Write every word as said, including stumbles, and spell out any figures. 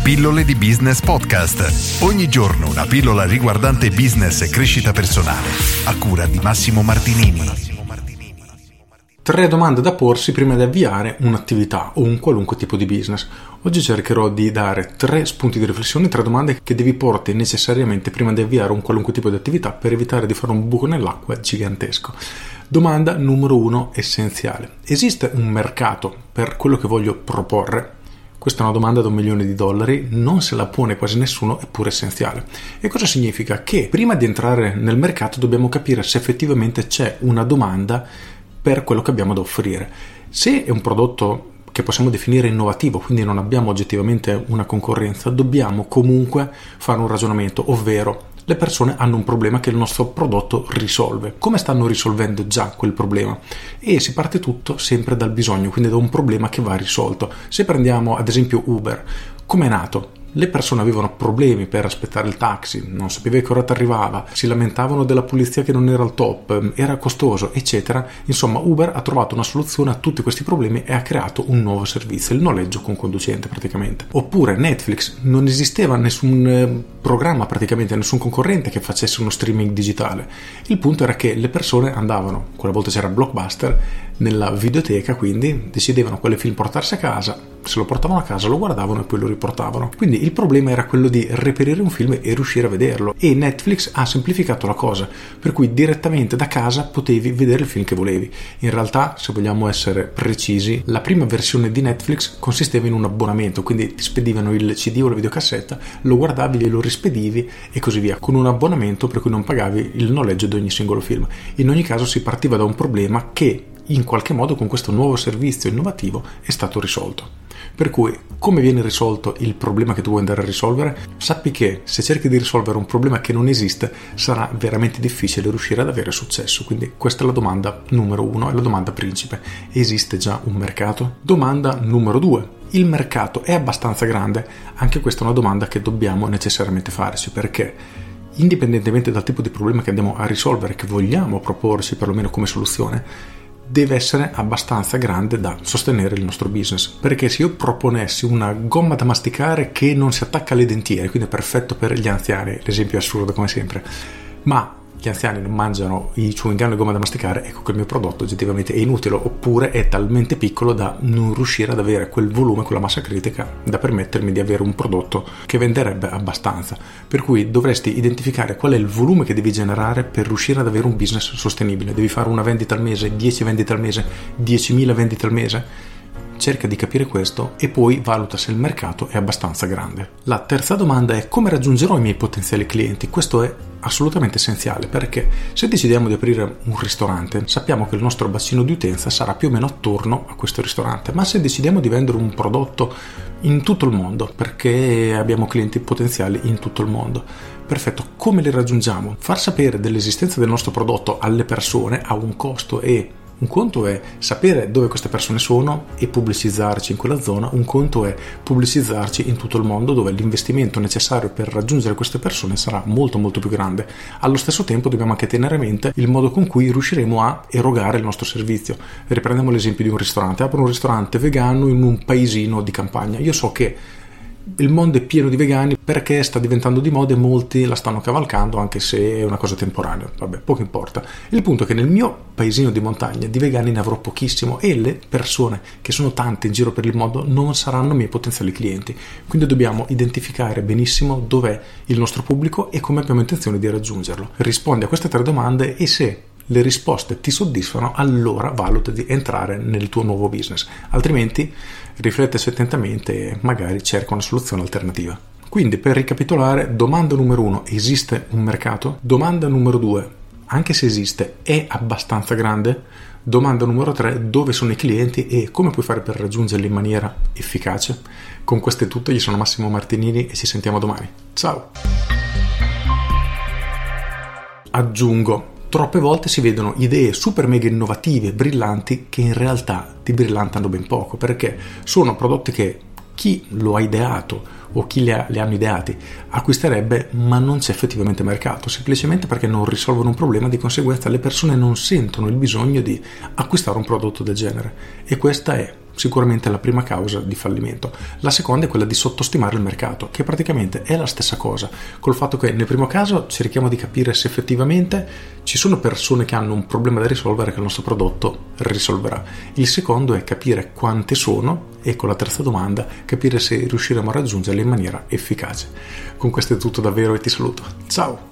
Pillole di Business Podcast. Ogni giorno una pillola riguardante business e crescita personale. A cura di Massimo Martinini. Tre domande da porsi prima di avviare un'attività o un qualunque tipo di business. Oggi cercherò di dare tre spunti di riflessione, tre domande che devi porti necessariamente prima di avviare un qualunque tipo di attività per evitare di fare un buco nell'acqua gigantesco. Domanda numero uno, essenziale. Esiste un mercato per quello che voglio proporre? Questa è una domanda da un milione di dollari, non se la pone quasi nessuno, eppure essenziale. E cosa significa? Che prima di entrare nel mercato dobbiamo capire se effettivamente c'è una domanda per quello che abbiamo da offrire. Se è un prodotto che possiamo definire innovativo, quindi non abbiamo oggettivamente una concorrenza, dobbiamo comunque fare un ragionamento, ovvero le persone hanno un problema che il nostro prodotto risolve. Come stanno risolvendo già quel problema? E si parte tutto sempre dal bisogno, quindi da un problema che va risolto. Se prendiamo ad esempio Uber, come è nato? Le persone avevano problemi per aspettare il taxi, non sapevi che ora ti arrivava, si lamentavano della pulizia che non era al top, era costoso, eccetera. Insomma, Uber ha trovato una soluzione a tutti questi problemi e ha creato un nuovo servizio, il noleggio con conducente praticamente. Oppure Netflix, non esisteva nessun programma praticamente, nessun concorrente che facesse uno streaming digitale. Il punto era che le persone andavano, quella volta c'era Blockbuster, nella videoteca, quindi decidevano quale film portarsi a casa, se lo portavano a casa lo guardavano e poi lo riportavano. Quindi il problema era quello di reperire un film e riuscire a vederlo, e Netflix ha semplificato la cosa, per cui direttamente da casa potevi vedere il film che volevi. In realtà, se vogliamo essere precisi, la prima versione di Netflix consisteva in un abbonamento, quindi ti spedivano il C D o la videocassetta, lo guardavi e lo rispedivi e così via, con un abbonamento per cui non pagavi il noleggio di ogni singolo film. In ogni caso si partiva da un problema che in qualche modo con questo nuovo servizio innovativo è stato risolto. Per cui, come viene risolto il problema che tu vuoi andare a risolvere? Sappi che se cerchi di risolvere un problema che non esiste, sarà veramente difficile riuscire ad avere successo. Quindi questa è la domanda numero uno, è la domanda principe. Esiste già un mercato? Domanda numero due. Il mercato è abbastanza grande? Anche questa è una domanda che dobbiamo necessariamente farci, perché indipendentemente dal tipo di problema che andiamo a risolvere, che vogliamo proporci perlomeno come soluzione, deve essere abbastanza grande da sostenere il nostro business. Perché se io proponessi una gomma da masticare che non si attacca alle dentiere, quindi è perfetto per gli anziani, l'esempio è assurdo come sempre, ma gli anziani non mangiano i chewing gum e gomma da masticare, ecco che il mio prodotto oggettivamente è inutile, oppure è talmente piccolo da non riuscire ad avere quel volume, quella massa critica da permettermi di avere un prodotto che venderebbe abbastanza. Per cui dovresti identificare qual è il volume che devi generare per riuscire ad avere un business sostenibile. Devi fare una vendita al mese, dieci vendite al mese, diecimila vendite al mese? Cerca di capire questo e poi valuta se il mercato è abbastanza grande. La terza domanda è: come raggiungerò i miei potenziali clienti? Questo è assolutamente essenziale, perché se decidiamo di aprire un ristorante sappiamo che il nostro bacino di utenza sarà più o meno attorno a questo ristorante, ma se decidiamo di vendere un prodotto in tutto il mondo, perché abbiamo clienti potenziali in tutto il mondo, perfetto, come li raggiungiamo? Far sapere dell'esistenza del nostro prodotto alle persone ha un costo, e un conto è sapere dove queste persone sono e pubblicizzarci in quella zona, un conto è pubblicizzarci in tutto il mondo, dove l'investimento necessario per raggiungere queste persone sarà molto molto più grande. Allo stesso tempo dobbiamo anche tenere a mente il modo con cui riusciremo a erogare il nostro servizio. Riprendiamo l'esempio di un ristorante. Apro un ristorante vegano in un paesino di campagna. Io so che il mondo è pieno di vegani perché sta diventando di moda e molti la stanno cavalcando, anche se è una cosa temporanea, vabbè, poco importa. Il punto è che nel mio paesino di montagna di vegani ne avrò pochissimo, e le persone che sono tante in giro per il mondo non saranno miei potenziali clienti. Quindi dobbiamo identificare benissimo dov'è il nostro pubblico e come abbiamo intenzione di raggiungerlo. Rispondi a queste tre domande e se le risposte ti soddisfano, allora valuta di entrare nel tuo nuovo business, altrimenti rifletteci attentamente e magari cerca una soluzione alternativa. Quindi, per ricapitolare, domanda numero uno: esiste un mercato? Domanda numero due: anche se esiste, è abbastanza grande? Domanda numero tre: dove sono i clienti e come puoi fare per raggiungerli in maniera efficace? Con questo è tutto, io sono Massimo Martinini e ci sentiamo domani. Ciao! Aggiungo: troppe volte si vedono idee super mega innovative, brillanti, che in realtà ti brillantano ben poco, perché sono prodotti che chi lo ha ideato o chi li, ha, li hanno ideati acquisterebbe, ma non c'è effettivamente mercato, semplicemente perché non risolvono un problema. Di conseguenza le persone non sentono il bisogno di acquistare un prodotto del genere, e questa è sicuramente la prima causa di fallimento. La seconda è quella di sottostimare il mercato, che praticamente è la stessa cosa, col fatto che nel primo caso cerchiamo di capire se effettivamente ci sono persone che hanno un problema da risolvere che il nostro prodotto risolverà. Il secondo è capire quante sono, e con la terza domanda capire se riusciremo a raggiungerle in maniera efficace. Con questo è tutto davvero e ti saluto. Ciao!